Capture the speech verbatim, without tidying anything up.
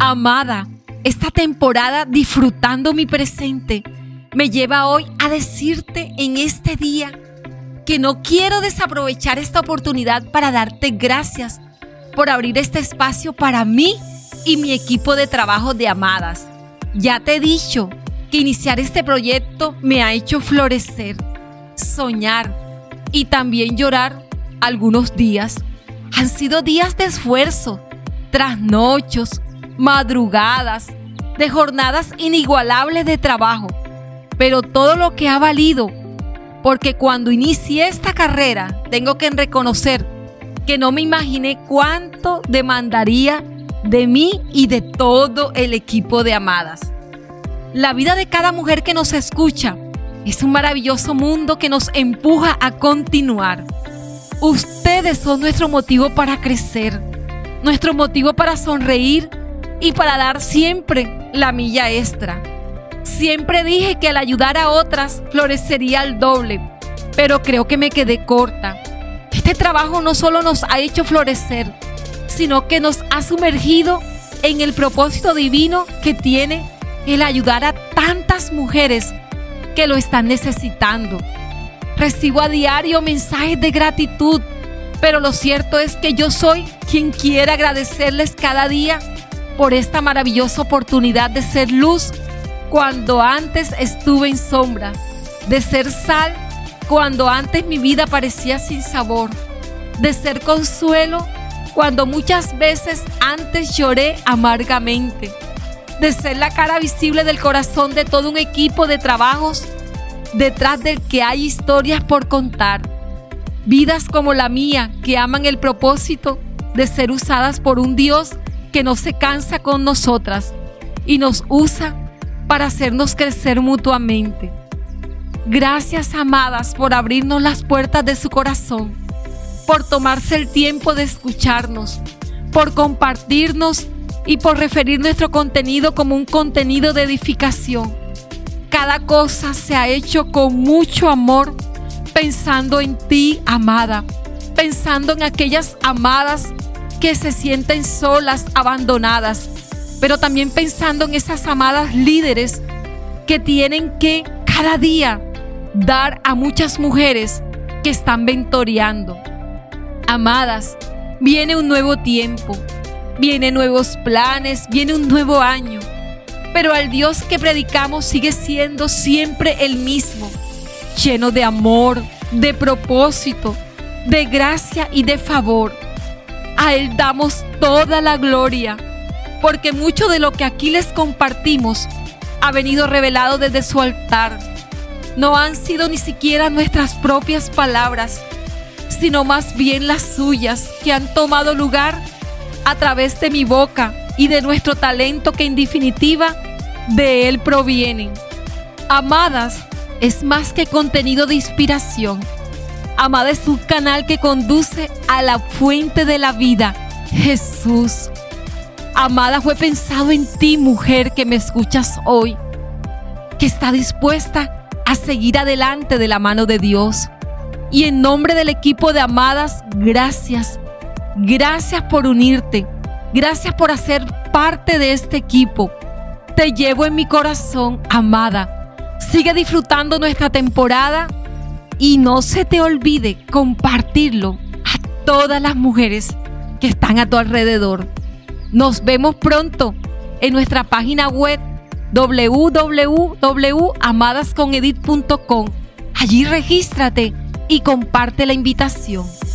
Amada, esta temporada disfrutando mi presente me lleva hoy a decirte en este día que no quiero desaprovechar esta oportunidad para darte gracias por abrir este espacio para mí y mi equipo de trabajo de Amadas. Ya te he dicho que iniciar este proyecto me ha hecho florecer, soñar y también llorar algunos días. Han sido días de esfuerzo, trasnochos, madrugadas, de jornadas inigualables de trabajo, pero todo lo que ha valido, porque cuando inicié esta carrera, tengo que reconocer que no me imaginé cuánto demandaría de mí y de todo el equipo de Amadas. La vida de cada mujer que nos escucha es un maravilloso mundo que nos empuja a continuar. Ustedes son nuestro motivo para crecer, nuestro motivo para sonreír y para dar siempre la milla extra. Siempre dije que al ayudar a otras florecería al doble, pero creo que me quedé corta. Este trabajo no solo nos ha hecho florecer, sino que nos ha sumergido en el propósito divino que tiene el ayudar a tantas mujeres que lo están necesitando. Recibo a diario mensajes de gratitud, pero lo cierto es que yo soy quien quiere agradecerles cada día por esta maravillosa oportunidad de ser luz cuando antes estuve en sombra, de ser sal cuando antes mi vida parecía sin sabor, de ser consuelo cuando muchas veces antes lloré amargamente, de ser la cara visible del corazón de todo un equipo de trabajos detrás del que hay historias por contar, vidas como la mía que aman el propósito de ser usadas por un Dios que no se cansa con nosotras y nos usa para hacernos crecer mutuamente. Gracias, Amadas, por abrirnos las puertas de su corazón, por tomarse el tiempo de escucharnos, por compartirnos y por referir nuestro contenido como un contenido de edificación. Cada cosa se ha hecho con mucho amor, pensando en ti, amada, pensando en aquellas amadas que se sienten solas, abandonadas, pero también pensando en esas amadas líderes que tienen que cada día dar a muchas mujeres que están mentoreando. Amadas, viene un nuevo tiempo, vienen nuevos planes, viene un nuevo año, pero al Dios que predicamos sigue siendo siempre el mismo, lleno de amor, de propósito, de gracia y de favor. A Él damos toda la gloria, porque mucho de lo que aquí les compartimos ha venido revelado desde su altar. No han sido ni siquiera nuestras propias palabras, sino más bien las suyas que han tomado lugar a través de mi boca y de nuestro talento que en definitiva de Él provienen. Amadas es más que contenido de inspiración. Amada es un canal que conduce a la fuente de la vida, Jesús. Amada, fue pensado en ti, mujer que me escuchas hoy, que está dispuesta a seguir adelante de la mano de Dios. Y en nombre del equipo de Amadas, gracias. Gracias por unirte. Gracias por hacer parte de este equipo. Te llevo en mi corazón, amada. Sigue disfrutando nuestra temporada y no se te olvide compartirlo a todas las mujeres que están a tu alrededor. Nos vemos pronto en nuestra página web doble u doble u doble u punto amadas con edith punto com. Allí regístrate y comparte la invitación.